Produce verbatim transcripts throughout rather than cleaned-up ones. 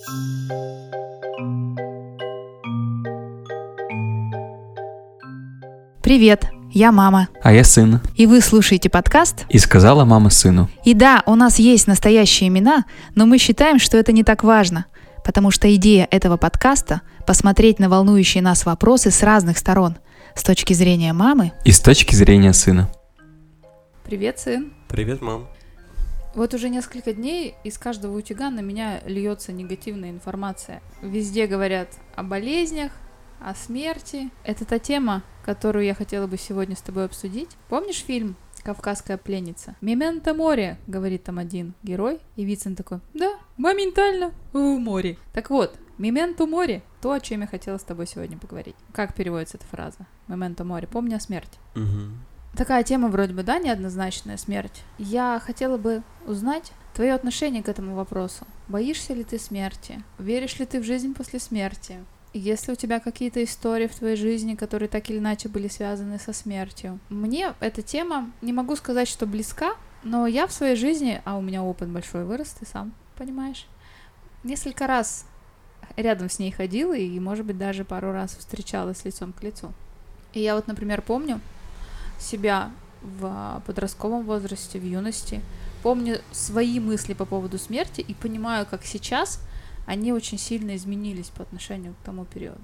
Привет, я мама. А я сын. И вы слушаете подкаст И сказала мама сыну. И да, у нас есть настоящие имена, но мы считаем, что это не так важно, потому что идея этого подкаста — посмотреть на волнующие нас вопросы с разных сторон, с точки зрения мамы И с точки зрения сына. Привет, сын. Привет, мам. Вот уже несколько дней из каждого утюга на меня льется негативная информация. Везде говорят о болезнях, о смерти. Это та тема, которую я хотела бы сегодня с тобой обсудить. Помнишь фильм «Кавказская пленница»? «Мементо море», говорит там один герой, и Вицин такой: да, моментально в море. Так вот, «Мементо море» — то, о чем я хотела с тобой сегодня поговорить. Как переводится эта фраза? «Мементо море» — помни о смерти. Угу. Такая тема вроде бы, да, неоднозначная, смерть. Я хотела бы узнать твое отношение к этому вопросу. Боишься ли ты смерти? Веришь ли ты в жизнь после смерти? Есть ли у тебя какие-то истории в твоей жизни, которые так или иначе были связаны со смертью? Мне эта тема, не могу сказать, что близка, но я в своей жизни, а у меня опыт большой вырос, ты сам понимаешь, несколько раз рядом с ней ходила и, может быть, даже пару раз встречалась лицом к лицу. И я вот, например, помню себя в подростковом возрасте, в юности, помню свои мысли по поводу смерти и понимаю, как сейчас они очень сильно изменились по отношению к тому периоду.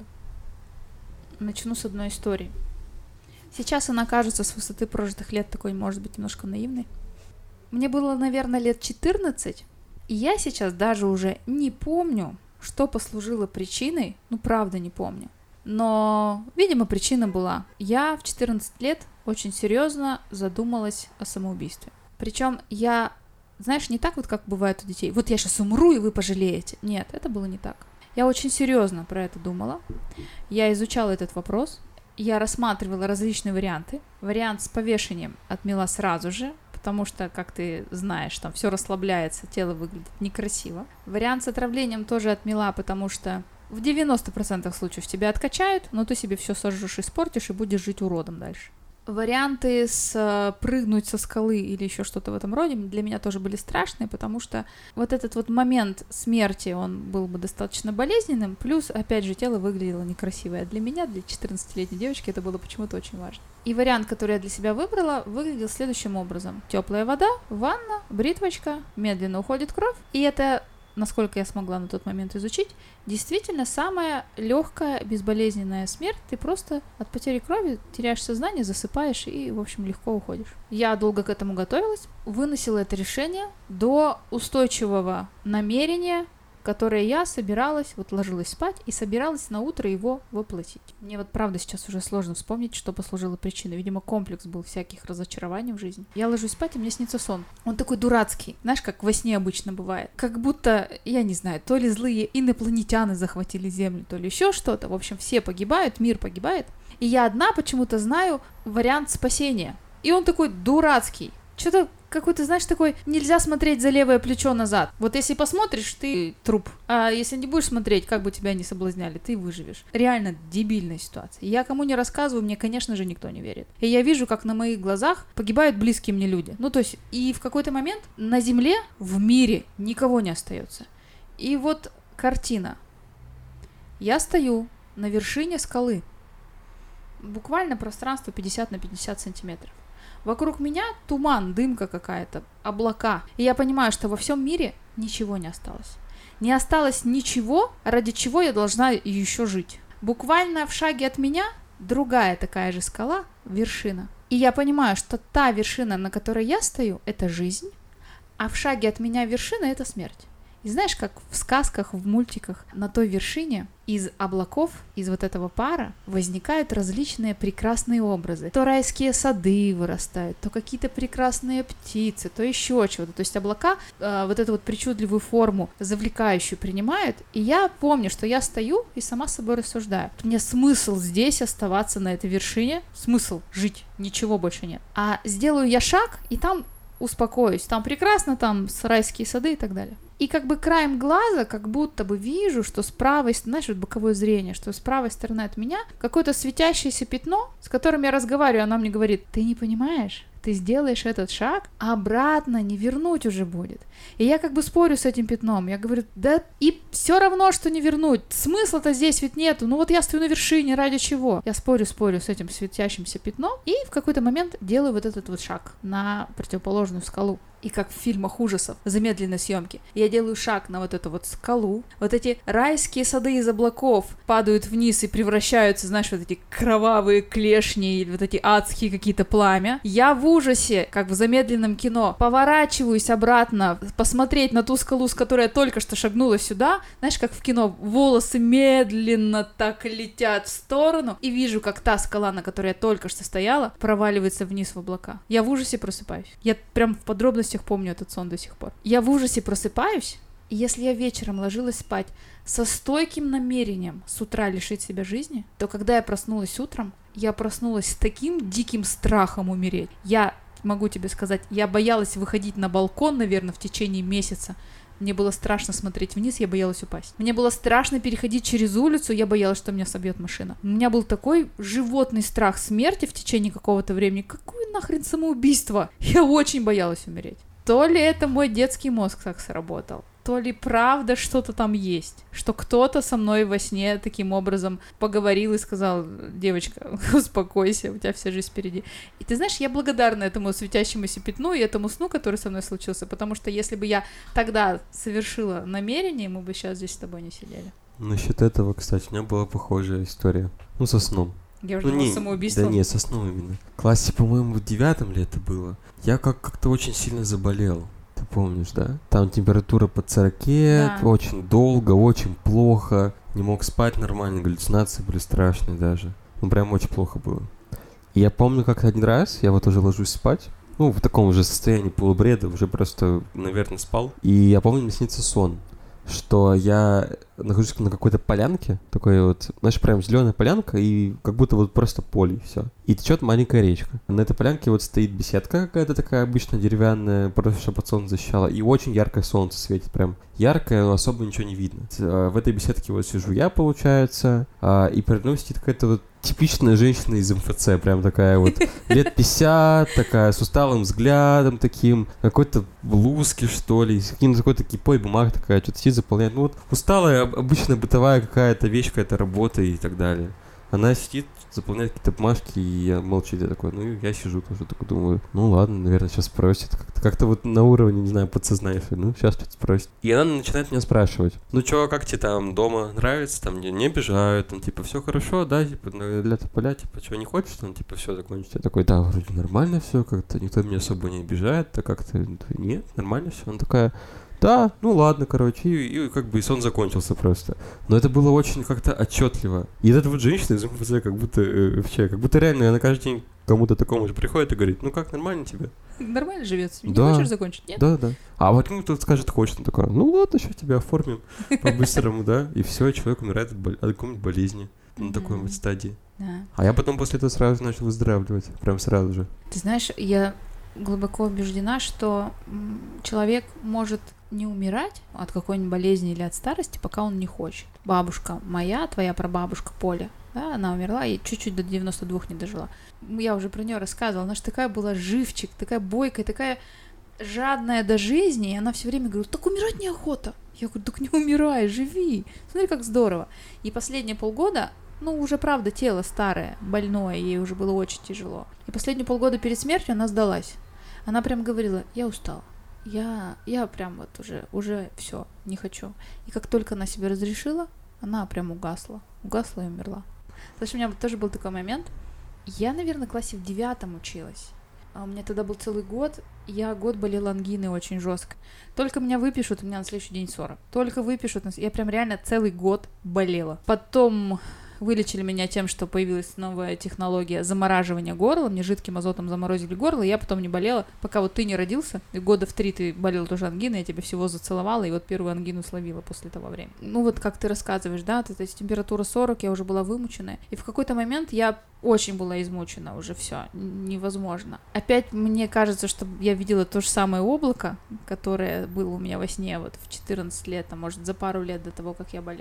Начну с одной истории. Сейчас она кажется с высоты прожитых лет такой, может быть, немножко наивной. Мне было, наверное, лет четырнадцать, и я сейчас даже уже не помню, что послужило причиной, ну, правда, не помню. Но, видимо, причина была. Я в четырнадцать лет очень серьезно задумалась о самоубийстве. Причем я... Знаешь, не так вот, как бывает у детей. Вот я сейчас умру, и вы пожалеете. Нет, это было не так. Я очень серьезно про это думала. Я изучала этот вопрос. Я рассматривала различные варианты. Вариант с повешением отмела сразу же, потому что, как ты знаешь, там все расслабляется, тело выглядит некрасиво. Вариант с отравлением тоже отмела, потому что в девяноста процентах случаев тебя откачают, но ты себе все сожжешь, испортишь и будешь жить уродом дальше. Варианты с прыгнуть со скалы или еще что-то в этом роде для меня тоже были страшные, потому что вот этот вот момент смерти, он был бы достаточно болезненным, плюс, опять же, тело выглядело некрасиво. А для меня, для четырнадцатилетней девочки, это было почему-то очень важно. И вариант, который я для себя выбрала, выглядел следующим образом. Теплая вода, ванна, бритвочка, медленно уходит кровь, и это, насколько я смогла на тот момент изучить, действительно самая легкая, безболезненная смерть. Ты просто от потери крови теряешь сознание, засыпаешь и, в общем, легко уходишь. Я долго к этому готовилась, выносила это решение до устойчивого намерения, которое я собиралась, вот ложилась спать и собиралась на утро его воплотить. Мне вот правда сейчас уже сложно вспомнить, что послужило причиной. Видимо, комплекс был всяких разочарований в жизни. Я ложусь спать, и мне снится сон. Он такой дурацкий. Знаешь, как во сне обычно бывает. Как будто, я не знаю, то ли злые инопланетяне захватили Землю, то ли еще что-то. В общем, все погибают, мир погибает. И я одна почему-то знаю вариант спасения. И он такой дурацкий. Что-то какой-то, знаешь, такой, нельзя смотреть за левое плечо назад. Вот если посмотришь, ты труп. А если не будешь смотреть, как бы тебя не соблазняли, ты выживешь. Реально дебильная ситуация. Я кому не рассказываю, мне, конечно же, никто не верит. И я вижу, как на моих глазах погибают близкие мне люди. Ну, то есть, и в какой-то момент на земле, в мире никого не остается. И вот картина. Я стою на вершине скалы. Буквально пространство пятьдесят на пятьдесят сантиметров. Вокруг меня туман, дымка какая-то, облака. И я понимаю, что во всем мире ничего не осталось. Не осталось ничего, ради чего я должна еще жить. Буквально в шаге от меня другая такая же скала, вершина. И я понимаю, что та вершина, на которой я стою, это жизнь, а в шаге от меня вершина — это смерть. И знаешь, как в сказках, в мультиках, на той вершине из облаков, из вот этого пара возникают различные прекрасные образы. То райские сады вырастают, то какие-то прекрасные птицы, то еще чего-то. То есть облака э, вот эту вот причудливую форму, завлекающую, принимают. И я помню, что я стою и сама с собой рассуждаю. Мне смысл здесь оставаться на этой вершине, смысл жить, ничего больше нет. А сделаю я шаг, и там успокоюсь. Там прекрасно, там райские сады и так далее. И как бы краем глаза, как будто бы вижу, что с правой, знаешь, вот боковое зрение, что с правой стороны от меня какое-то светящееся пятно, с которым я разговариваю, она мне говорит: ты не понимаешь, ты сделаешь этот шаг, а обратно не вернуть уже будет. И я как бы спорю с этим пятном. Я говорю, да и все равно, что не вернуть. Смысла-то здесь ведь нету. Ну вот я стою на вершине, ради чего? Я спорю, спорю с этим светящимся пятном и в какой-то момент делаю вот этот вот шаг на противоположную скалу. И как в фильмах ужасов, замедленной съемки. Я делаю шаг на вот эту вот скалу. Вот эти райские сады из облаков падают вниз и превращаются, знаешь, вот эти кровавые клешни, или вот эти адские какие-то пламя. Я в ужасе, как в замедленном кино, поворачиваюсь обратно, посмотреть на ту скалу, с которой я только что шагнула сюда. Знаешь, как в кино, волосы медленно так летят в сторону. И вижу, как та скала, на которой я только что стояла, проваливается вниз в облака. Я в ужасе просыпаюсь. Я прям в подробностях помню этот сон до сих пор. Я в ужасе просыпаюсь, и если я вечером ложилась спать со стойким намерением с утра лишить себя жизни, то когда я проснулась утром, я проснулась с таким диким страхом умереть. Я могу тебе сказать, я боялась выходить на балкон, наверное, в течение месяца. Мне было страшно смотреть вниз, я боялась упасть. Мне было страшно переходить через улицу, я боялась, что меня собьет машина. У меня был такой животный страх смерти в течение какого-то времени. Какое нахрен самоубийство? Я очень боялась умереть. То ли это мой детский мозг так сработал, то ли правда что-то там есть, что кто-то со мной во сне таким образом поговорил и сказал: девочка, успокойся, у тебя вся жизнь впереди. И ты знаешь, я благодарна этому светящемуся пятну и этому сну, который со мной случился, потому что если бы я тогда совершила намерение, мы бы сейчас здесь с тобой не сидели. Насчет этого, кстати, у меня была похожая история. Ну, со сном. Я уже ну, думала, не, самоубийство. Да нет, со сном именно. В классе, по-моему, в девятом ли это было? Я как- как-то очень сильно заболел. Ты помнишь, да? Там температура под сорок, Да. очень долго, очень плохо. Не мог спать нормально, галлюцинации были страшные даже. Ну, прям очень плохо было. И я помню, как один раз, я вот уже ложусь спать, ну, в таком уже состоянии полубреда, уже просто, наверное, спал. И я помню, мне снится сон, что я нахожусь на какой-то полянке, такой вот, знаешь, прям зеленая полянка, и как будто вот просто поле, и все. И течет маленькая речка. На этой полянке вот стоит беседка какая-то такая обычно деревянная, просто чтобы от солнца защищала, и очень яркое солнце светит, прям яркое, но особо ничего не видно. В этой беседке вот сижу я, получается, и передо мной сидит какая-то вот типичная женщина из эм эф цэ, прям такая вот, лет пятьдесят, такая, с усталым взглядом таким, какой-то блузки, что ли, с каким-то такой-то кипой бумаг такая, что-то сидит, заполняет. Ну вот усталая, обычная бытовая какая-то вещь, какая-то работа и так далее. Она сидит, заполняет какие-то бумажки, и я молчит, я такой, ну, я сижу тоже, такой думаю, ну, ладно, наверное, сейчас спросит. Как-то, как-то вот на уровне, не знаю, подсознания, ну, сейчас что-то спросит. И она начинает меня спрашивать, ну, чё, как тебе там дома нравится, там не, не обижают, там, типа, все хорошо, да, типа, для тополя, типа, чего не хочешь, там, типа, все закончить. Я такой, да, вроде нормально все, как-то никто меня особо не обижает, да как-то, нет, нормально все. Она такая... Да, ну ладно, короче, и, и как бы и сон закончился просто. Но это было очень как-то отчетливо. И эта вот женщина из эм эф цэ как будто э, вообще, как будто реально она каждый день кому-то такому же приходит и говорит, ну как, нормально тебе? Нормально живется, не да. хочешь закончить, нет? Да, да. А вот кому-то скажет, хочет, он такой, ну ладно, сейчас тебя оформим по-быстрому, да, и все, человек умирает от какой-нибудь болезни на такой вот стадии. А я потом после этого сразу начал выздоравливать, прям сразу же. Ты знаешь, я глубоко убеждена, что человек может не умирать от какой-нибудь болезни или от старости, пока он не хочет. Бабушка моя, твоя прабабушка Поля, да, она умерла и чуть-чуть до девяноста двух не дожила. Я уже про нее рассказывала, она же такая была живчик, такая бойкая, такая жадная до жизни, и она все время говорила, так умирать неохота. Я говорю, так не умирай, живи. Смотри, как здорово. И последние полгода, ну, уже, правда, тело старое, больное, ей уже было очень тяжело. И последние полгода перед смертью она сдалась. Она прям говорила, я устала. Я, я прям вот уже, уже все, не хочу. И как только она себе разрешила, она прям угасла. Угасла и умерла. Слушай, у меня тоже был такой момент. Я, наверное, в классе в девятом училась. А у меня тогда был целый год. Я год болела ангиной очень жестко. Только меня выпишут, у меня на следующий день сорок. Только выпишут. Я прям реально целый год болела. Потом... Вылечили меня тем, что появилась новая технология замораживания горла. Мне жидким азотом заморозили горло, и я потом не болела, пока вот ты не родился. И года в три ты болел тоже ангиной, я тебя всего зацеловала, и вот первую ангину словила после того времени. Ну вот как ты рассказываешь, да, вот эта температура сорок, я уже была вымученная. И в какой-то момент я очень была измучена уже, все, невозможно. Опять мне кажется, что я видела то же самое облако, которое было у меня во сне вот в четырнадцать лет, а может за пару лет до того, как я болела.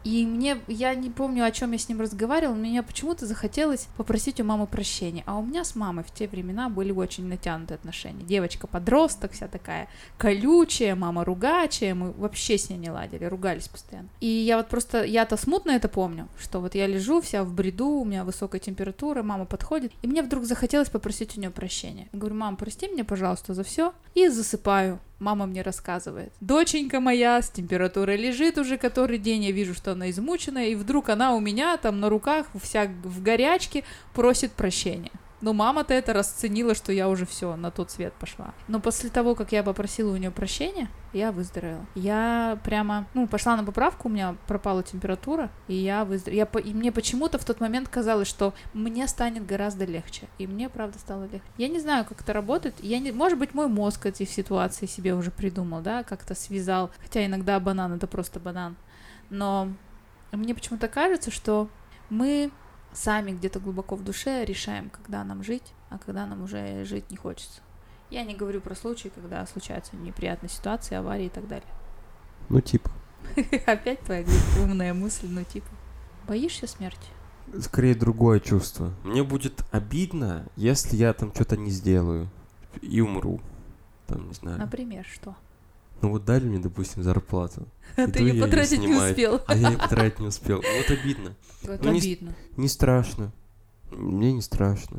И мне, я не помню, о чем я с ним разговаривала, мне почему-то захотелось попросить у мамы прощения. А у меня с мамой в те времена были очень натянутые отношения. Девочка-подросток вся такая колючая, мама ругачая, мы вообще с ней не ладили, ругались постоянно. И я вот просто, я-то смутно это помню, что вот я лежу вся в бреду, у меня высокая температура, мама подходит, и мне вдруг захотелось попросить у нее прощения. Я говорю: мам, прости меня, пожалуйста, за все, и засыпаю. Мама мне рассказывает: доченька моя с температурой лежит уже который день, я вижу, что она измучена, и вдруг она у меня там на руках вся в горячке просит прощения. Но мама-то это расценила, что я уже все на тот свет пошла. Но после того, как я попросила у нее прощения, я выздоровела. Я прямо, ну, пошла на поправку, у меня пропала температура, и я выздоровела. Я, и мне почему-то в тот момент казалось, что мне станет гораздо легче. И мне, правда, стало легче. Я не знаю, как это работает. Я не, может быть, мой мозг эти ситуации себе уже придумал, да, как-то связал. Хотя иногда банан — это просто банан. Но мне почему-то кажется, что мы сами где-то глубоко в душе решаем, когда нам жить, а когда нам уже жить не хочется. Я не говорю про случаи, когда случаются неприятные ситуации, аварии и так далее. Ну, типа. Опять твоя умная мысль, ну, типа. Боишься смерти? Скорее другое чувство. Мне будет обидно, если я там что-то не сделаю и умру. Там, не знаю. Например, что? Ну вот дали мне, допустим, зарплату. А ты ее потратить не успел. А я ее потратить не успел. Ну, вот обидно. Это ну, обидно. Не, не страшно. Мне не страшно.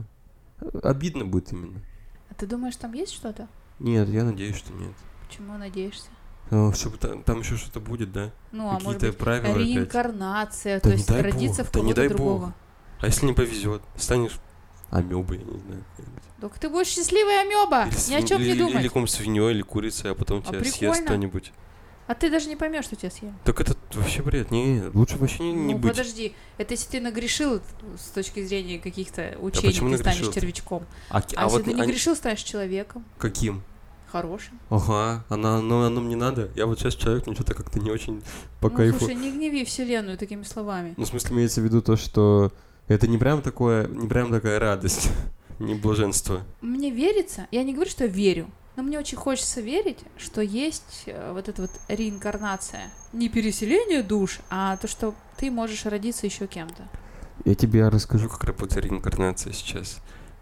Обидно будет именно. А ты думаешь, там есть что-то? Нет, я надеюсь, что нет. Почему надеешься? Ну, чтобы там, там еще что-то будет, да? Ну, а может быть, правила реинкарнация, опять. то Да есть родиться бог, в кого-то да не дай другого. Бог. А если не повезет, станешь амебой, я не знаю. Так ты будешь счастливая амеба, ни о чем или, не думать. Или каком свиньей, или курицей, а потом а тебя прикольно. съест кто-нибудь. А ты даже не поймешь, что тебя съели. Так это вообще бред. Не, лучше вообще не, не ну, быть. подожди, это если ты нагрешил с точки зрения каких-то Да учений, ты нагрешил станешь ты? червячком. А, А, а если вот ты не они... грешил, станешь человеком. Каким? Хорошим. Ага, она, но оно мне надо. Я вот сейчас человек, мне что-то как-то не очень по ну, кайфу. слушай, не гневи вселенную такими словами. Ну, в смысле, имеется в виду то, что это не прям такое, не прям такая радость, не блаженство. Мне верится, я не говорю, что я верю, но мне очень хочется верить, что есть э, вот эта вот реинкарнация. Не переселение душ, а то, что ты можешь родиться еще кем-то. Я тебе расскажу, как работает реинкарнация сейчас.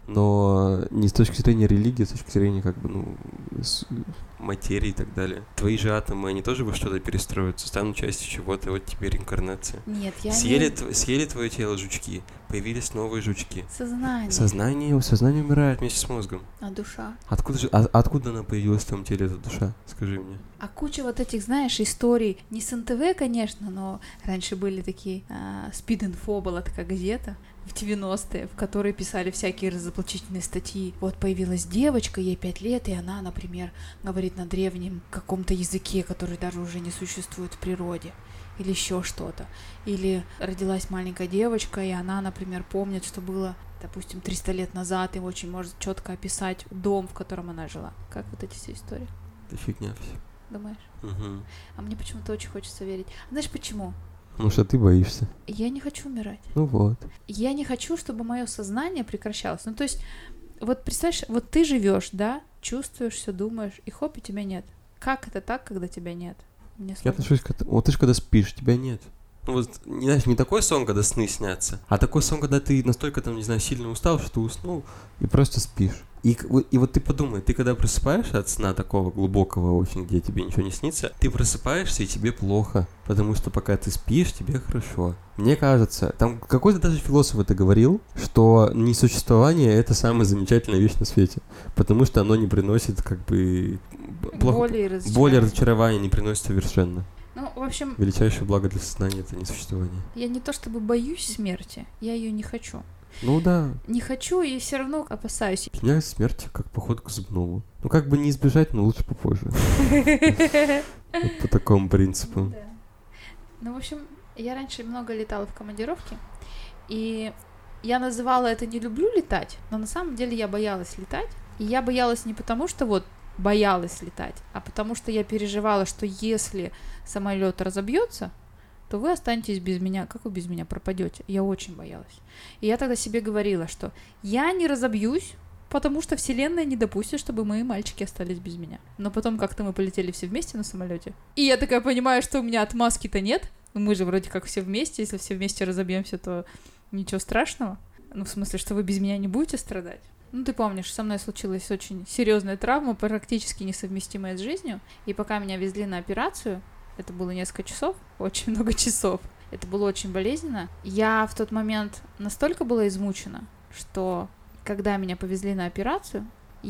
Но не с точки зрения религии, а с точки зрения как бы, ну, с материи и так далее. Твои же атомы, они тоже во что-то перестроятся, станут частью чего-то, вот тебе реинкарнация. Нет, я съели, не... тв- съели твое тело жучки, появились новые жучки. Сознание. Сознание, сознание умирает вместе с мозгом. А душа? Откуда же, а, откуда она появилась в твоем теле, эта душа? Скажи мне. А куча вот этих, знаешь, историй, не с эн тэ вэ, конечно, но раньше были такие, а, Speed-Info была такая газета в девяностые, в которой писали всякие разоблачительные статьи. Вот появилась девочка, ей пять лет, и она, например, говорит на древнем каком-то языке, который даже уже не существует в природе. Или еще что-то. Или родилась маленькая девочка, и она, например, помнит, что было, допустим, триста лет назад, и очень может четко описать дом, в котором она жила. Как вот эти все истории? Это фигня все. Думаешь? Угу. А мне почему-то очень хочется верить. Знаешь почему? Потому что ты боишься. Я не хочу умирать. Ну вот. Я не хочу, чтобы мое сознание прекращалось. Ну, то есть, вот представляешь, вот ты живешь, да, чувствуешь, все думаешь, и хоп, и тебя нет. Как это так, когда тебя нет? Мне Я сложно. отношусь к этому. Вот ты же когда спишь, тебя нет. Ну вот, не, знаешь, не такой сон, когда сны снятся, а такой сон, когда ты настолько, там, не знаю, сильно устал, что ты уснул и просто спишь. И, и вот ты подумай, ты когда просыпаешься от сна такого глубокого очень, где тебе ничего не снится, ты просыпаешься и тебе плохо, потому что пока ты спишь, тебе хорошо. Мне кажется, там какой-то даже философ это говорил, что несуществование — это самая замечательная вещь на свете, потому что оно не приносит как бы... Плохо, боли и разочарования. Боли и разочарования не приносит совершенно. Ну, в общем, Величайшее благо для сознания — это несуществование. я не то чтобы боюсь смерти, я ее не хочу. Ну да. Не хочу и все равно опасаюсь. Для меня смерть как поход к зубному. Ну как бы не избежать, но лучше попозже. По такому принципу. Ну, в общем, я раньше много летала в командировке, и я называла это «не люблю летать», но на самом деле я боялась летать. И я боялась не потому, что вот боялась летать, а потому что я переживала, что если самолет разобьется, то вы останетесь без меня. Как вы без меня пропадете? Я очень боялась. И я тогда себе говорила, что я не разобьюсь, потому что вселенная не допустит, чтобы мои мальчики остались без меня. Но потом как-то мы полетели все вместе на самолете. И я такая понимаю, что у меня отмазки-то нет. Мы же вроде как все вместе, если все вместе разобьемся, то ничего страшного. Ну, в смысле, что вы без меня не будете страдать. Ну, ты помнишь, со мной случилась очень серьезная травма, практически несовместимая с жизнью. И пока меня везли на операцию, это было несколько часов, очень много часов, это было очень болезненно. Я в тот момент настолько была измучена, что когда меня повезли на операцию,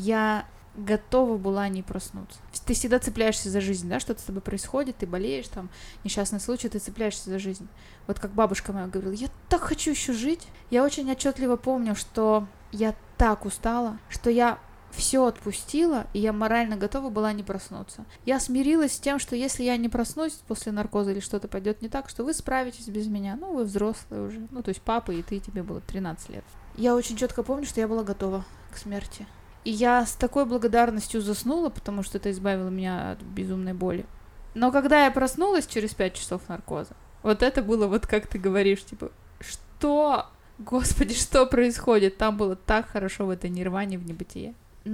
я готова была не проснуться. Ты всегда цепляешься за жизнь, да, что-то с тобой происходит, ты болеешь, там, несчастный случай, ты цепляешься за жизнь. Вот как бабушка моя говорила, я так хочу еще жить. Я очень отчетливо помню, что я так устала, что я все отпустила, и я морально готова была не проснуться. Я смирилась с тем, что если я не проснусь после наркоза или что-то пойдет не так, что вы справитесь без меня. Ну, вы взрослые уже. Ну, то есть папа и ты, тебе было тринадцать лет. Я очень четко помню, что я была готова к смерти. И я с такой благодарностью заснула, потому что это избавило меня от безумной боли. Но когда я проснулась через пять часов наркоза, вот это было вот как ты говоришь, типа, что, господи, что происходит? Там было так хорошо в этой нирване, в небытие.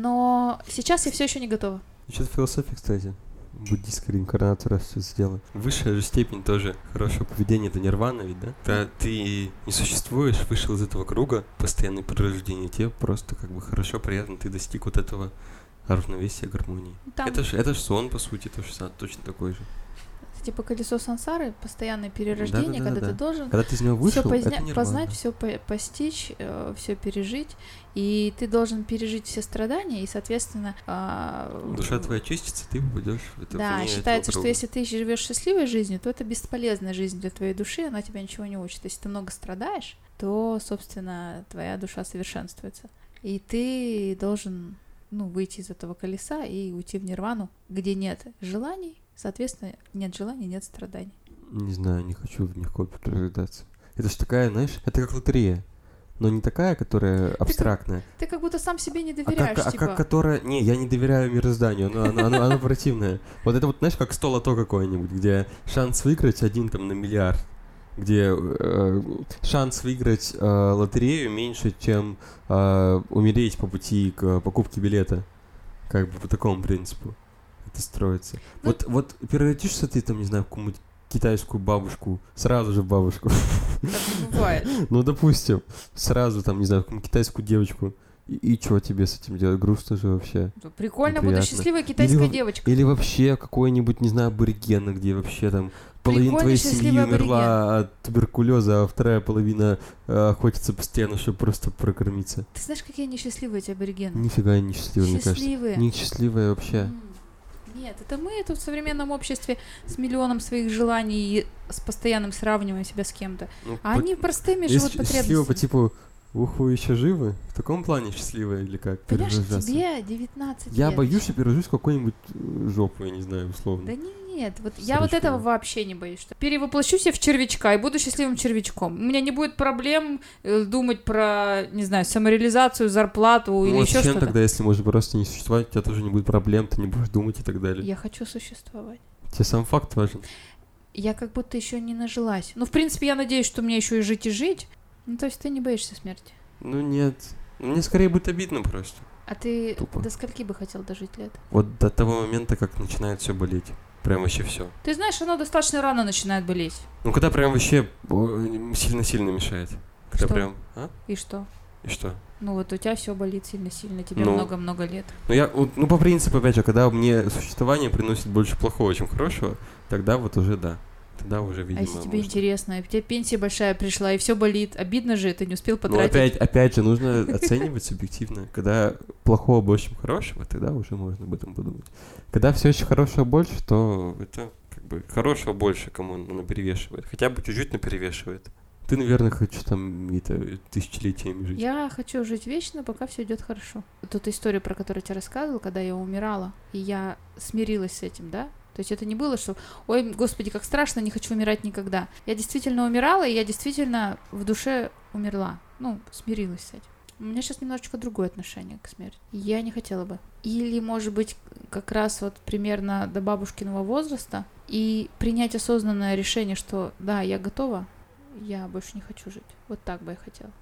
Но сейчас я все еще не готова. Сейчас философия, кстати. Буддийская реинкарнация, раз все сделала. Высшая же степень тоже хорошего поведения — это нирвана ведь, да? Когда ты не существуешь, вышел из этого круга постоянной перерождения, тебе просто как бы хорошо, приятно, ты достиг вот этого равновесия, гармонии. Там... Это же это ж сон, по сути, тоже точно такой же. Типа колесо сансары, постоянное перерождение, да, да, когда да, ты да. должен когда ты из него вышел, все позна- это познать, все по- постичь, э, все пережить, и ты должен пережить все страдания, и, соответственно... Э, душа твоя очистится, ты попадешь в это. Да, считается, что если ты живешь счастливой жизнью, то это бесполезная жизнь для твоей души, она тебя ничего не учит. Если ты много страдаешь, то, собственно, твоя душа совершенствуется. И ты должен, ну, выйти из этого колеса и уйти в нирвану, где нет желаний. Соответственно, нет желаний, нет страданий. Не знаю, не хочу в них перерождаться. Это же такая, знаешь, это как лотерея. Но не такая, которая абстрактная. Ты как, ты как будто сам себе не доверяешь, а как, типа... А как которая... Не, я не доверяю мирозданию, оно, оно, оно, оно противное. Вот это вот, знаешь, как сто лото какой-нибудь, где шанс выиграть один там на миллиард. Где э, шанс выиграть э, лотерею меньше, чем э, умереть по пути к покупке билета. Как бы по такому принципу это строится. Ну, вот, вот превратишься ты там, не знаю, в какую-нибудь китайскую бабушку, сразу же в бабушку. Так не бывает. Ну, допустим, сразу там, не знаю, в какую-нибудь китайскую девочку. И, и что тебе с этим делать? Грустно же вообще. Прикольно, неприятно. буду счастливая китайская или, девочка. Или вообще какой-нибудь, не знаю, аборигена, где вообще там половина твоей семьи умерла от туберкулеза, а вторая половина э, охотится постоянно, чтобы просто прокормиться. Ты знаешь, какие несчастливые эти аборигены? Нифига не счастливые, мне кажется. Счастливые. Не счастливые вообще. Нет, это мы тут в современном обществе с миллионом своих желаний и с постоянным сравниваем себя с кем-то. Ну, а по... они простыми живут потребностями. Счастливо по типу, ух, вы еще живы? В таком плане счастливые или как? Понимаешь, тебе девятнадцать я лет. Я боюсь, что перерожусь в какую-нибудь жопу, я не знаю, условно. Да нет, вот Срочку. Я вот этого вообще не боюсь. Что перевоплощусь я в червячка и буду счастливым червячком. У меня не будет проблем э, думать про, не знаю, самореализацию, зарплату ну, или вот еще что-то. Зачем тогда, если можно просто не существовать, у тебя тоже не будет проблем, ты не будешь думать и так далее? Я хочу существовать. Тебе сам факт важен. Я как будто еще не нажилась. Ну, в принципе, я надеюсь, что мне еще и жить, и жить. Ну, то есть ты не боишься смерти? Ну, нет. Мне скорее будет обидно просто. А ты Тупо. До скольки бы хотел дожить лет? Вот до того момента, как начинает все болеть. Прям вообще все. Ты знаешь, оно достаточно рано начинает болеть. Ну, когда прям вообще сильно-сильно мешает. Когда что? Прям, а? И что? И что? Ну вот у тебя все болит сильно-сильно, тебе ну, много-много лет. Ну, я, ну, по принципу, опять же, когда мне существование приносит больше плохого, чем хорошего, тогда вот уже да. Тогда уже, видимо, а если тебе можно... интересно, и у тебя пенсия большая пришла, и все болит, обидно же, ты не успел потратить. Ну, опять, опять же, нужно оценивать субъективно. Когда плохого больше, чем хорошего, тогда уже можно об этом подумать. Когда все еще хорошего больше, то это как бы хорошего больше, кому оно перевешивает. Хотя бы чуть-чуть, но перевешивает. Ты, наверное, хочешь там это, тысячелетиями жить. Я хочу жить вечно, пока все идет хорошо. Тут история, про которую я тебе рассказывала, когда я умирала, и я смирилась с этим, да? То есть это не было, что «Ой, господи, как страшно, не хочу умирать никогда». Я действительно умирала, и я действительно в душе умерла. Ну, смирилась с этим. У меня сейчас немножечко другое отношение к смерти. Я не хотела бы. Или, может быть, как раз вот примерно до бабушкиного возраста и принять осознанное решение, что да, я готова, я больше не хочу жить. Вот так бы я хотела.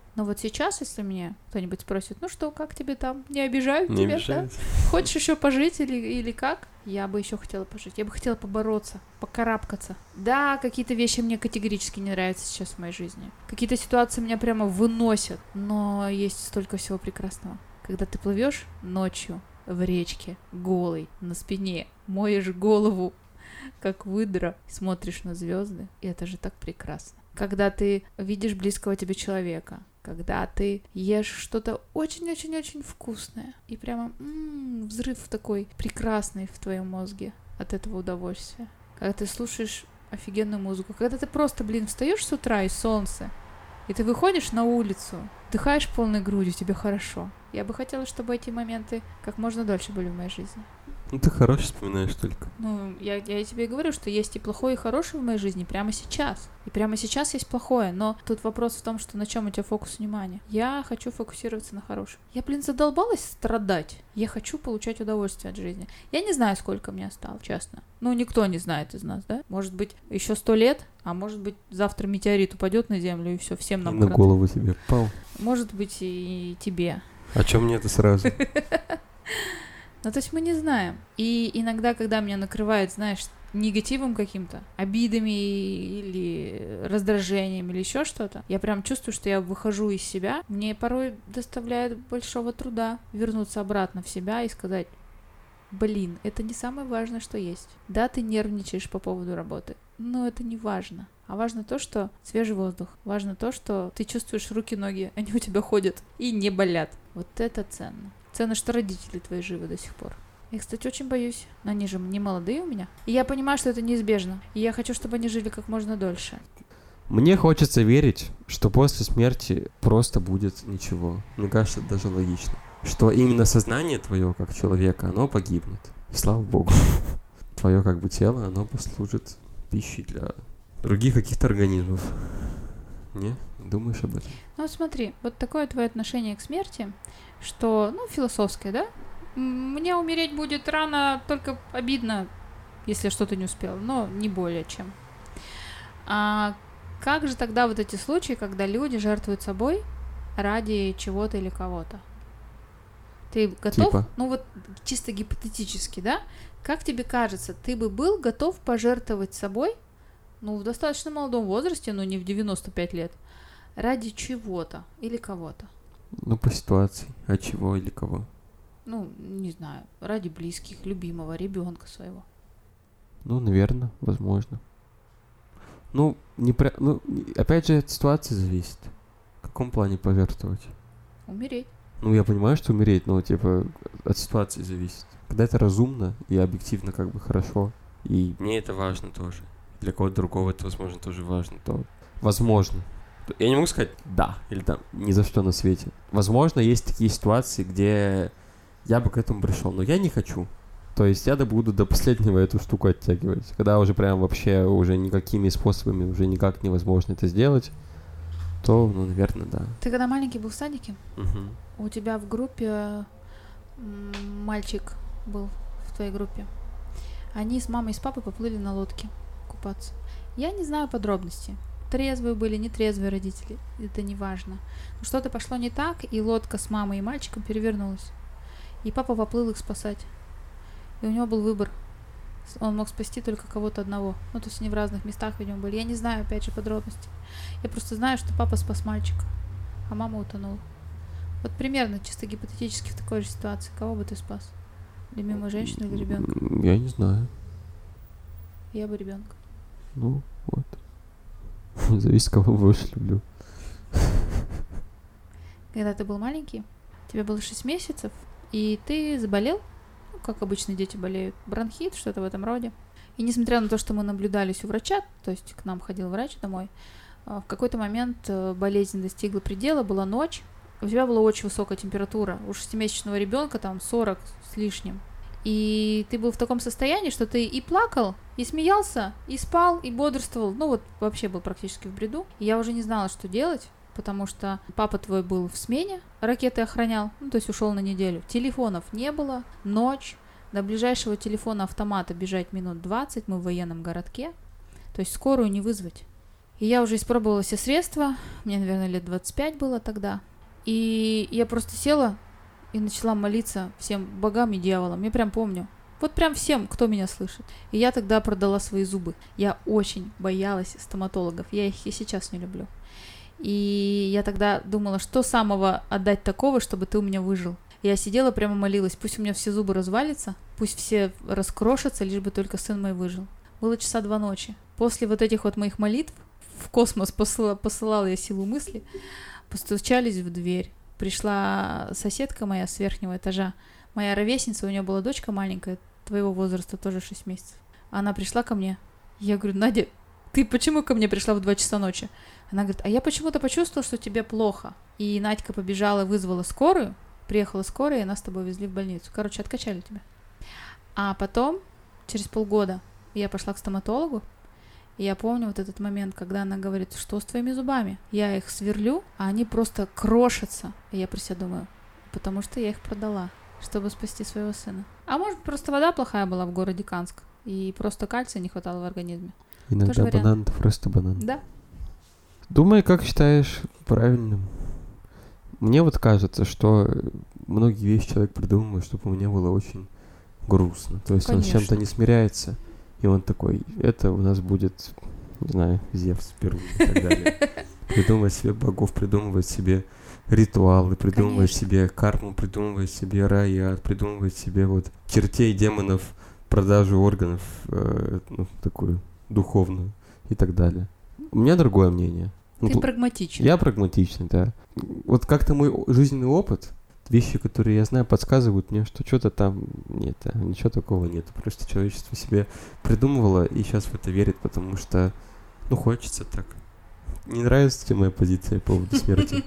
Но вот сейчас, если мне кто-нибудь спросит, ну что, как тебе там, не обижают Не тебя, обижают. да? Хочешь еще пожить или, или как? Я бы еще хотела пожить, я бы хотела побороться, покарабкаться. Да, какие-то вещи мне категорически не нравятся сейчас в моей жизни. Какие-то ситуации меня прямо выносят, но есть столько всего прекрасного. Когда ты плывешь ночью в речке, голый, на спине, моешь голову, как выдра, смотришь на звезды, и это же так прекрасно. Когда ты видишь близкого тебе человека, когда ты ешь что-то очень-очень-очень вкусное, и прямо м-м, взрыв такой прекрасный в твоем мозге от этого удовольствия. Когда ты слушаешь офигенную музыку, когда ты просто, блин, встаешь с утра и солнце, и ты выходишь на улицу, дыхаешь полной грудью, тебе хорошо. Я бы хотела, чтобы эти моменты как можно дольше были в моей жизни. Ну, ты хороший вспоминаешь только. Ну, я, я тебе и говорю, что есть и плохое, и хорошее в моей жизни прямо сейчас. И прямо сейчас есть плохое, но тут вопрос в том, что на чем у тебя фокус внимания. Я хочу фокусироваться на хорошем. Я, блин, задолбалась страдать. Я хочу получать удовольствие от жизни. Я не знаю, сколько мне осталось, честно. Ну, никто не знает из нас, да? Может быть, еще сто лет, а может быть, завтра метеорит упадет на Землю, и все, всем нам На крат. голову тебе пал. Может быть, и тебе. А чё мне это сразу? Ну, то есть мы не знаем. И иногда, когда меня накрывает, знаешь, негативом каким-то, обидами или раздражением или еще что-то, я прям чувствую, что я выхожу из себя. Мне порой доставляет большого труда вернуться обратно в себя и сказать: блин, это не самое важное, что есть. Да, ты нервничаешь по поводу работы, но это не важно. А важно то, что свежий воздух. Важно то, что ты чувствуешь руки-ноги, они у тебя ходят и не болят. Вот это ценно. Ценно, что родители твои живы до сих пор. Я, кстати, очень боюсь. Но они же не молодые у меня. И я понимаю, что это неизбежно. И я хочу, чтобы они жили как можно дольше. Мне хочется верить, что после смерти просто будет ничего. Мне кажется, это даже логично. Что именно сознание твое, как человека, оно погибнет. И слава богу. Твое как бы тело, оно послужит пищей для других каких-то организмов. Не? Думаешь об этом? Ну вот смотри, вот такое твое отношение к смерти, что, ну, философское, да? М, Мне умереть будет рано, только обидно, если я что-то не успела, но не более чем. А как же тогда вот эти случаи, когда люди жертвуют собой ради чего-то или кого-то? Ты готов? Типа? Ну вот чисто гипотетически, да? Как тебе кажется, ты бы был готов пожертвовать собой, ну, в достаточно молодом возрасте, но не в девяносто пять лет, ради чего-то или кого-то? Ну, по ситуации. А чего или кого? Ну, не знаю, ради близких, любимого, ребенка своего. Ну, наверное, возможно. Ну, не про... ну, опять же, от ситуации зависит. В каком плане пожертвовать? Умереть. Ну, я понимаю, что умереть, но, типа, от ситуации зависит. Когда это разумно и объективно как бы хорошо. И мне это важно тоже. Для кого-то другого это, возможно, тоже важно. То возможно. Я не могу сказать «да» или там «ни за что на свете». Возможно, есть такие ситуации, где я бы к этому пришел, но я не хочу. То есть я буду до последнего эту штуку оттягивать. Когда уже прям вообще уже никакими способами уже никак невозможно это сделать, то, ну, наверное, да. Ты когда маленький был в садике, Угу. у тебя в группе м, мальчик был в твоей группе. Они с мамой и с папой поплыли на лодке купаться. Я не знаю подробностей. Трезвые были, нетрезвые родители, это не важно. Но что-то пошло не так, и лодка с мамой и мальчиком перевернулась. И папа поплыл их спасать. И у него был выбор. Он мог спасти только кого-то одного. Ну, то есть они в разных местах, видимо, были. Я не знаю, опять же, подробностей. Я просто знаю, что папа спас мальчика, а мама утонула. Вот примерно, чисто гипотетически, в такой же ситуации. Кого бы ты спас? Любимую женщину или ребенка? Я не знаю. Я бы ребенка. Ну, вот. Зависит, кого больше люблю. Когда ты был маленький, тебе было шесть месяцев, и ты заболел, ну, как обычно дети болеют, бронхит, что-то в этом роде. И несмотря на то, что мы наблюдались у врача, то есть к нам ходил врач домой, в какой-то момент болезнь достигла предела, была ночь, у тебя была очень высокая температура, у шестимесячного ребенка там сорок с лишним. И ты был в таком состоянии, что ты и плакал, и смеялся, и спал, и бодрствовал. Ну вот вообще был практически в бреду. И я уже не знала, что делать, потому что папа твой был в смене, ракеты охранял, ну то есть ушел на неделю. Телефонов не было, ночь, до ближайшего телефона автомата бежать минут двадцать, мы в военном городке. То есть скорую не вызвать. И я уже испробовала все средства, мне, наверное, лет двадцать пять было тогда. И я просто села и начала молиться всем богам и дьяволам. Я прям помню. Вот прям всем, кто меня слышит. И я тогда продала свои зубы. Я очень боялась стоматологов. Я их и сейчас не люблю. И я тогда думала, что самого отдать такого, чтобы ты у меня выжил. Я сидела, прямо молилась. Пусть у меня все зубы развалятся, пусть все раскрошатся, лишь бы только сын мой выжил. Было часа два ночи. После вот этих вот моих молитв в космос посыла, посылала я силу мысли. Постучались в дверь. Пришла соседка моя с верхнего этажа. Моя ровесница, у нее была дочка маленькая, твоего возраста, тоже шесть месяцев. Она пришла ко мне. Я говорю: Надя, ты почему ко мне пришла в два часа ночи? Она говорит: а я почему-то почувствовала, что тебе плохо. И Надька побежала, вызвала скорую. Приехала скорая, и нас с тобой везли в больницу. Короче, откачали тебя. А потом, через полгода, я пошла к стоматологу. И я помню вот этот момент, когда она говорит: что с твоими зубами? Я их сверлю, а они просто крошатся. И я про себя думаю: потому что я их продала, чтобы спасти своего сына. А может, просто вода плохая была в городе Канск, и просто кальция не хватало в организме. Иногда банан — это просто банан. Да. Думай, как считаешь правильным. Мне вот кажется, что многие вещи человек придумывает, чтобы у меня было очень грустно. То есть Конечно. Он с чем-то не смиряется, и он такой: это у нас будет, не знаю, Зевс первый и так далее. Придумывает себе богов, придумывает себе ритуалы, придумывает Конечно. себе карму, придумывает себе рай, придумывает себе вот чертей, демонов, продажу органов, э, ну, такую духовную и так далее. У меня другое мнение. Ты Ну, прагматичен. Я прагматичный, да. Вот как-то мой жизненный опыт, вещи, которые я знаю, подсказывают мне, что что-то там нет, а ничего такого нет. Просто человечество себе придумывало и сейчас в это верит, потому что, ну, хочется так. Не нравится тебе моя позиция по поводу смерти?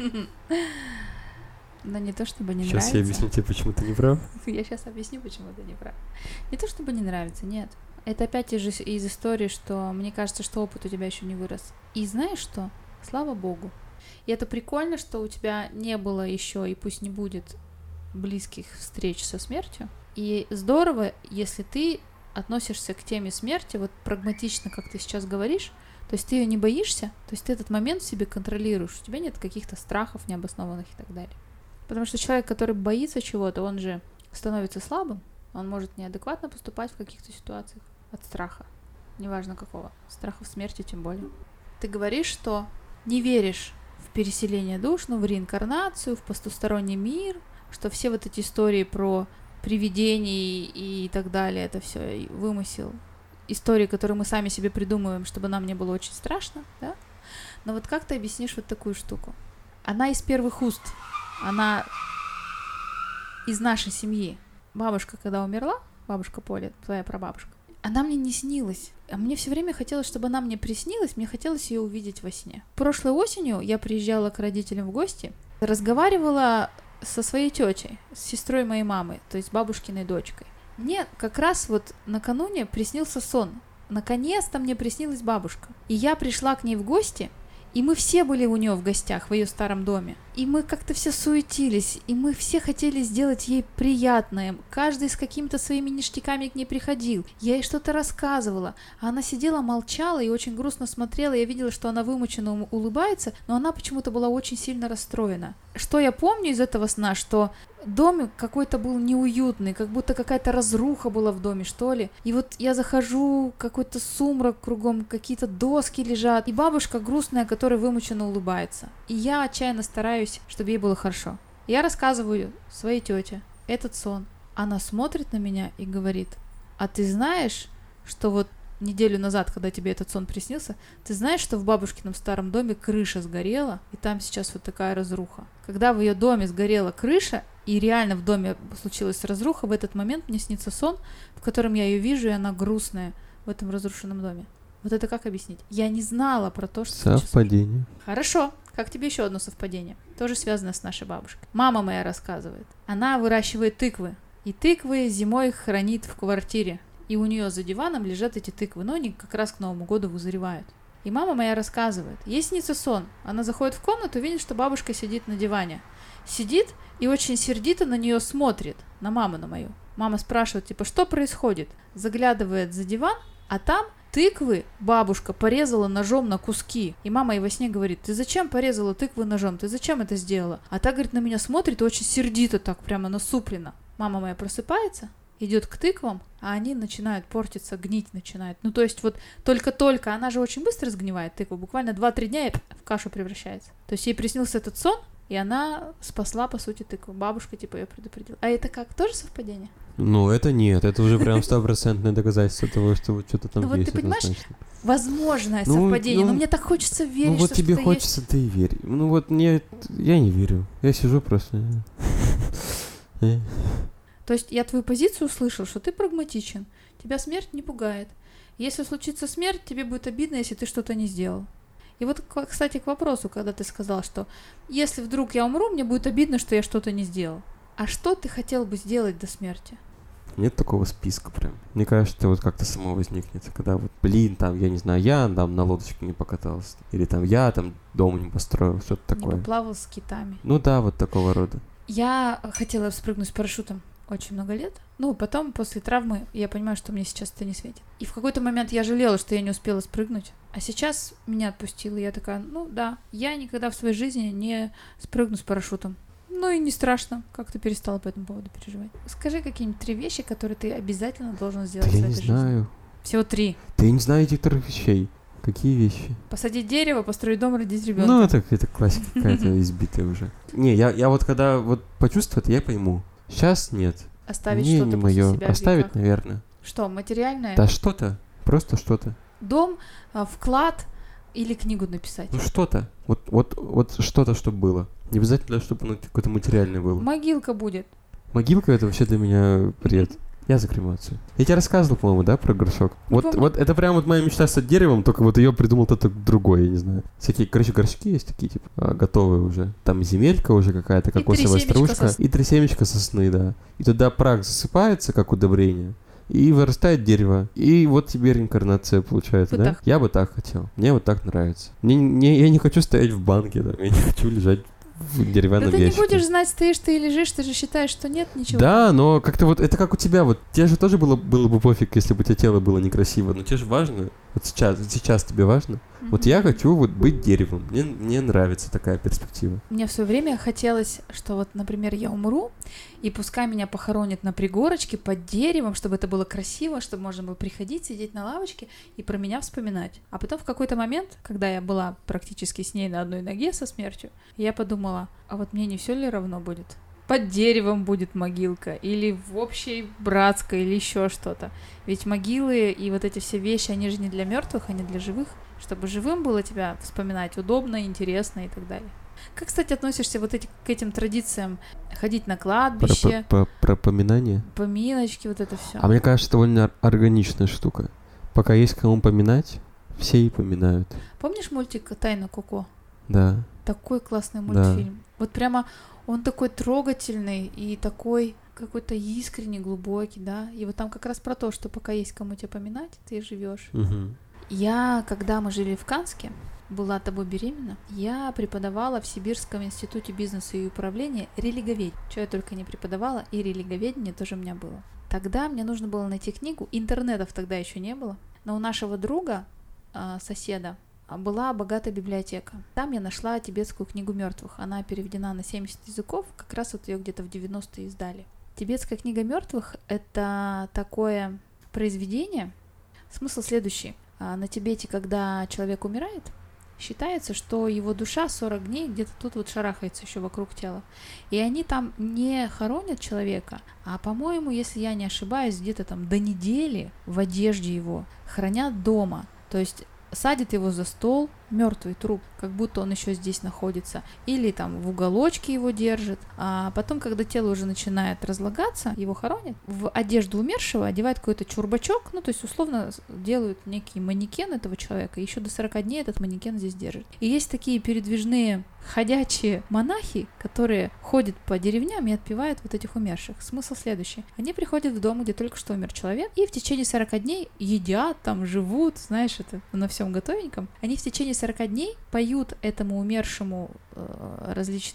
Но не то, чтобы не Сейчас нравится. я объясню тебе, почему ты не прав. Я сейчас объясню, почему ты не прав. Не то, чтобы не нравится, нет. Это опять из, из истории, что мне кажется, что опыт у тебя еще не вырос. И знаешь что? Слава богу. И это прикольно, что у тебя не было еще, и пусть не будет, близких встреч со смертью. И здорово, если ты относишься к теме смерти вот прагматично, как ты сейчас говоришь, то есть ты ее не боишься, то есть ты этот момент в себе контролируешь, у тебя нет каких-то страхов необоснованных и так далее. Потому что человек, который боится чего-то, он же становится слабым, он может неадекватно поступать в каких-то ситуациях от страха, неважно какого, страхов смерти тем более. Ты говоришь, что не веришь в переселение душ, ну, в реинкарнацию, в потусторонний мир, что все вот эти истории про привидений и так далее, это все вымысел. Истории, которые мы сами себе придумываем, чтобы нам не было очень страшно, да? Но вот как ты объяснишь вот такую штуку? Она из первых уст, она из нашей семьи. Бабушка, когда умерла, бабушка Поля, твоя прабабушка, она мне не снилась. А мне все время хотелось, чтобы она мне приснилась, мне хотелось ее увидеть во сне. Прошлой осенью я приезжала к родителям в гости, разговаривала со своей тетей, с сестрой моей мамы, то есть бабушкиной дочкой. Мне как раз вот накануне приснился сон. Наконец-то мне приснилась бабушка. И я пришла к ней в гости, и мы все были у нее в гостях, в ее старом доме. И мы как-то все суетились, и мы все хотели сделать ей приятное. Каждый с какими-то своими ништяками к ней приходил. Я ей что-то рассказывала, а она сидела, молчала и очень грустно смотрела. Я видела, что она вымученно улыбается, но она почему-то была очень сильно расстроена. Что я помню из этого сна, что домик какой-то был неуютный, как будто какая-то разруха была в доме, что ли. И вот я захожу, какой-то сумрак кругом, какие-то доски лежат, и бабушка грустная, которая вымученно улыбается. И я отчаянно стараюсь, чтобы ей было хорошо. Я рассказываю своей тете этот сон. Она смотрит на меня и говорит: а ты знаешь, что вот неделю назад, когда тебе этот сон приснился, ты знаешь, что в бабушкином старом доме крыша сгорела, и там сейчас вот такая разруха. Когда в ее доме сгорела крыша, и реально в доме случилась разруха, в этот момент мне снится сон, в котором я ее вижу, и она грустная в этом разрушенном доме. Вот это как объяснить? Я не знала про то, что... Совпадение. Хорошо. Как тебе еще одно совпадение? Тоже связано с нашей бабушкой. Мама моя рассказывает. Она выращивает тыквы. И тыквы зимой хранит в квартире. И у нее за диваном лежат эти тыквы, но они как раз к Новому году вызревают. И мама моя рассказывает. Ей снится сон. Она заходит в комнату, видит, что бабушка сидит на диване. Сидит и очень сердито на нее смотрит, на маму на мою. Мама спрашивает, типа, что происходит? Заглядывает за диван, а там Тыквы бабушка порезала ножом на куски. И мама ей во сне говорит: ты зачем порезала тыквы ножом? Ты зачем это сделала? А та, говорит, на меня смотрит очень сердито, так прямо насупленно. Мама моя просыпается, идет к тыквам, а они начинают портиться, гнить начинают. Ну, то есть вот только-только, она же очень быстро сгнивает тыкву, буквально два-три дня и в кашу превращается. То есть ей приснился этот сон, и она спасла, по сути, тыкву. Бабушка, типа, ее предупредила. А это как, тоже совпадение? Ну, это нет, это уже прям стопроцентное доказательство того, что вот что-то там ну, есть. Вот ты понимаешь, однозначно. возможное ну, совпадение, ну, но мне так хочется верить, ну, вот что тебе что-то хочется, есть. ты и верь. Ну, вот мне, я не верю. Я сижу просто... То есть я твою позицию услышал, что ты прагматичен, тебя смерть не пугает. Если случится смерть, тебе будет обидно, если ты что-то не сделал. И вот, кстати, к вопросу, когда ты сказал, что если вдруг я умру, мне будет обидно, что я что-то не сделал. А что ты хотел бы сделать до смерти? Нет такого списка прям. Мне кажется, это вот как-то само возникнет. Когда вот, блин, там, я не знаю, я там на лодочке не покатался. Или там я там дом не построил, что-то такое. Не поплавал с китами. Ну да, вот такого рода. Я хотела спрыгнуть с парашютом очень много лет. Ну, потом, после травмы, я понимаю, что мне сейчас это не светит. И в какой-то момент я жалела, что я не успела спрыгнуть. А сейчас меня отпустило, и я такая, ну да, я никогда в своей жизни не спрыгну с парашютом. Ну и не страшно, как-то перестала по этому поводу переживать. Скажи какие-нибудь три вещи, которые ты обязательно должен сделать Да в я этой не жизни. знаю. Всего три. Да я не знаю этих трех вещей. Какие вещи? Посадить дерево, построить дом, родить ребенка. Ну, это, это классика какая-то избитая уже. Не, я, я вот когда вот почувствую это, я пойму. Сейчас нет. Оставить не, что-то не после мое. себя в Оставить, веках. наверное. Что, материальное? Да что-то. Просто что-то. Дом, а, вклад или книгу написать? Ну что-то. Вот, вот, вот что-то, чтобы было. Не обязательно, чтобы оно какое-то материальное было. Могилка будет. Могилка — это вообще для меня бред. Я за кремацию. Я тебе рассказывал, по-моему, да, про горшок? Не Вот, помню. вот это прям вот моя мечта стать деревом, только вот ее придумал кто-то другой, я не знаю. Всякие, короче, горшки есть такие, типа, а, готовые уже. Там земелька уже какая-то, И три кокосовая семечка стружка. сосны. И три семечка сосны, да. И туда прах засыпается, как удобрение. И вырастает дерево. И вот тебе реинкарнация получается, Вот да? так. Я бы так хотел. Мне вот так нравится. Мне, не, я не хочу стоять в банке, да. Я не хочу лежать в деревянном Да ты не ящике. будешь знать, стоишь ты или лежишь, ты же считаешь, что нет ничего. Да, но как-то вот это как у тебя, вот тебе же тоже было, было бы пофиг, если бы у тебя тело было некрасиво, но тебе же важно, вот сейчас, сейчас тебе важно. Вот я хочу вот быть деревом, мне, мне нравится такая перспектива. Мне в свое время хотелось, что вот, например, я умру, и пускай меня похоронят на пригорочке под деревом, чтобы это было красиво, чтобы можно было приходить, сидеть на лавочке и про меня вспоминать. А потом в какой-то момент, когда я была практически с ней на одной ноге со смертью, я подумала, а вот мне не все ли равно будет? Под деревом будет могилка, или в общей братской, или еще что-то. Ведь могилы и вот эти все вещи, они же не для мертвых, они для живых, чтобы живым было тебя вспоминать удобно, интересно и так далее. Как, кстати, относишься вот эти, к этим традициям ходить на кладбище, Про, про, про поминание? поминочки, вот это все? А мне кажется, довольно органичная штука. Пока есть кому поминать, все и поминают. Помнишь мультик «Тайна Коко»? Да. Такой классный Да. мультфильм. Вот прямо он такой трогательный и такой какой-то искренний, глубокий, да. И вот там как раз про то, что пока есть кому тебя поминать, ты живешь. Угу. Я, когда мы жили в Канске, была тобой беременна, я преподавала в Сибирском институте бизнеса и управления религоведение. Что я только не преподавала, и религоведение тоже у меня было. Тогда мне нужно было найти книгу, интернетов тогда еще не было, но у нашего друга, э, соседа, была богатая библиотека. Там я нашла тибетскую книгу мертвых. Она переведена на семьдесят языков, как раз вот ее где-то в девяностые издали. Тибетская книга мертвых — это такое произведение. Смысл следующий. На Тибете, когда человек умирает, считается, что его душа сорок дней где-то тут вот шарахается еще вокруг тела. И они там не хоронят человека, а, по-моему, если я не ошибаюсь, где-то там до недели в одежде его хранят дома. То есть садят его за стол, мертвый труп, как будто он еще здесь находится, или там в уголочке его держат, а потом, когда тело уже начинает разлагаться, его хоронят, в одежду умершего одевают какой-то чурбачок, ну, то есть, условно, делают некий манекен этого человека, и еще до сорока дней этот манекен здесь держит. И есть такие передвижные ходячие монахи, которые ходят по деревням и отпевают вот этих умерших. Смысл следующий. Они приходят в дом, где только что умер человек, и в течение сорока дней едят, там, живут, знаешь, это на всем готовеньком. Они в течение сорока дней поют этому умершему э, различные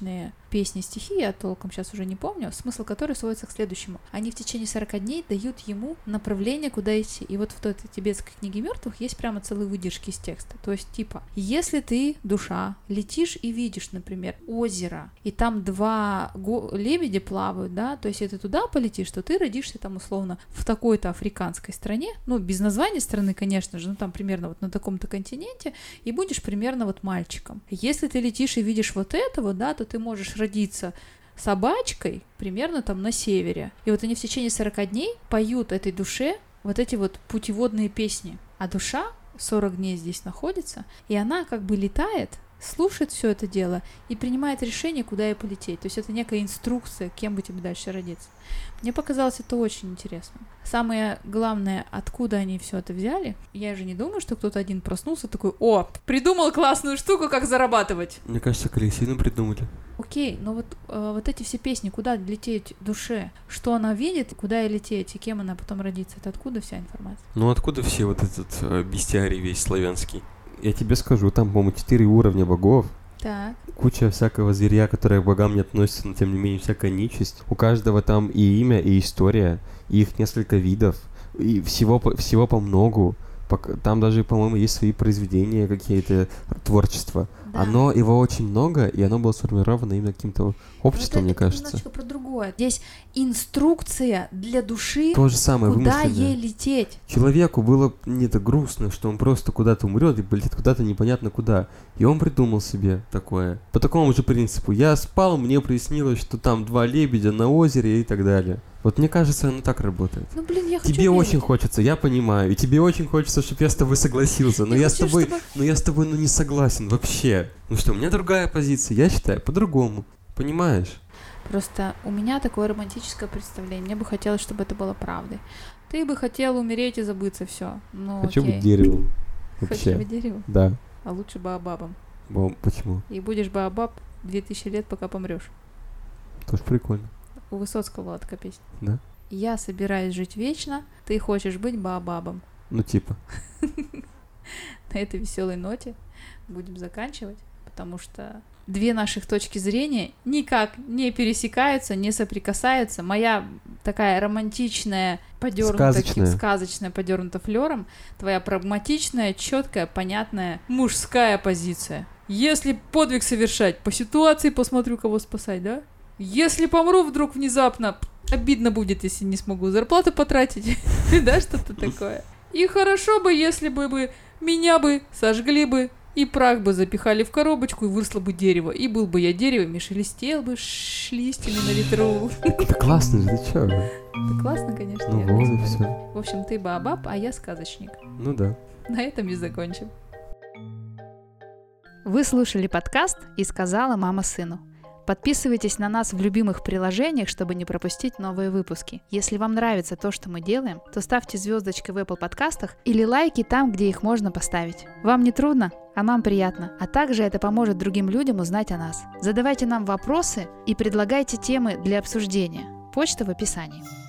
песни, стихи, я толком сейчас уже не помню, смысл которой сводится к следующему. Они в течение сорока дней дают ему направление, куда идти. И вот в той тибетской книге мертвых есть прямо целые выдержки из текста. То есть типа, если ты, душа, летишь и видишь, например, озеро, и там два го- лебедя плавают, да, то есть если ты туда полетишь, то ты родишься там условно в такой-то африканской стране, ну, без названия страны, конечно же, ну, там примерно вот на таком-то континенте, и будешь примерно вот мальчиком. Если ты летишь и видишь вот этого, да, то ты можешь родиться собачкой примерно там на севере. И вот они в течение сорока дней поют этой душе вот эти вот путеводные песни. А душа сорок дней здесь находится, и она как бы летает, слушает все это дело и принимает решение, куда ей полететь. То есть это некая инструкция, кем бы тебе дальше родиться. Мне показалось это очень интересно. Самое главное, откуда они все это взяли, я же не думаю, что кто-то один проснулся такой: о, придумал классную штуку, как зарабатывать. Мне кажется, коллективно придумали. Окей, но вот, э, вот эти все песни, куда лететь душе, что она видит, куда ей лететь, и кем она потом родится, это откуда вся информация? Ну откуда все вот этот э, бестиарий весь славянский? Я тебе скажу, там, по-моему, четыре уровня богов. Так. Куча всякого зверя, которое к богам не относится, но тем не менее всякая нечисть. У каждого там и имя, и история, и их несколько видов, и всего, всего по многу. Там даже, по-моему, есть свои произведения, какие-то творчества. Да. Оно, его очень много, и оно было сформировано именно каким-то обществом, вот мне это кажется. Немножечко про другое. Здесь инструкция для души, то же самое, куда вымышленное. ей лететь. Человеку было не-то грустно, что он просто куда-то умрет и полетит куда-то непонятно куда. И он придумал себе такое. По такому же принципу. Я спал, мне приснилось, что там два лебедя на озере и так далее. Вот мне кажется, оно так работает. Ну, блин, я хочу Тебе верить. очень хочется, я понимаю. И тебе очень хочется, чтобы я с тобой согласился. Но я, я хочу, с тобой, чтобы... но я с тобой ну, не согласен вообще. Ну что, у меня другая позиция. Я считаю по-другому. Понимаешь? Просто у меня такое романтическое представление. Мне бы хотелось, чтобы это было правдой. Ты бы хотел умереть и забыться, все. Ну, Хочу окей. быть деревом. Вообще. Хочу быть деревом? Да. А лучше баобабом. Бо- Почему? И будешь баобаб две тысячи лет, пока помрешь. Тоже прикольно. У Высоцкого была такая песня. Да? Я собираюсь жить вечно, ты хочешь быть баобабом. Ну типа. На этой веселой ноте будем заканчивать, потому что две наших точки зрения никак не пересекаются, не соприкасаются. Моя такая романтичная, подернута, сказочная, сказочная, подернута флером, твоя прагматичная, четкая, понятная мужская позиция. Если подвиг совершать, по ситуации посмотрю, кого спасать, да? Если помру вдруг внезапно, обидно будет, если не смогу зарплату потратить, да, что-то такое. И хорошо бы, если бы бы меня бы сожгли бы, и прах бы запихали в коробочку, и выросло бы дерево. И был бы я деревом, и шелестел бы ш- листьями на ветру. Это классно же, ты чё? Это классно, конечно. Ну вот и все. В общем, ты баобаб, а я сказочник. Ну да. На этом и закончим. Вы слушали подкаст «И сказала мама сыну». Подписывайтесь на нас в любимых приложениях, чтобы не пропустить новые выпуски. Если вам нравится то, что мы делаем, то ставьте звездочки в Apple подкастах или лайки там, где их можно поставить. Вам не трудно, а нам приятно. А также это поможет другим людям узнать о нас. Задавайте нам вопросы и предлагайте темы для обсуждения. Почта в описании.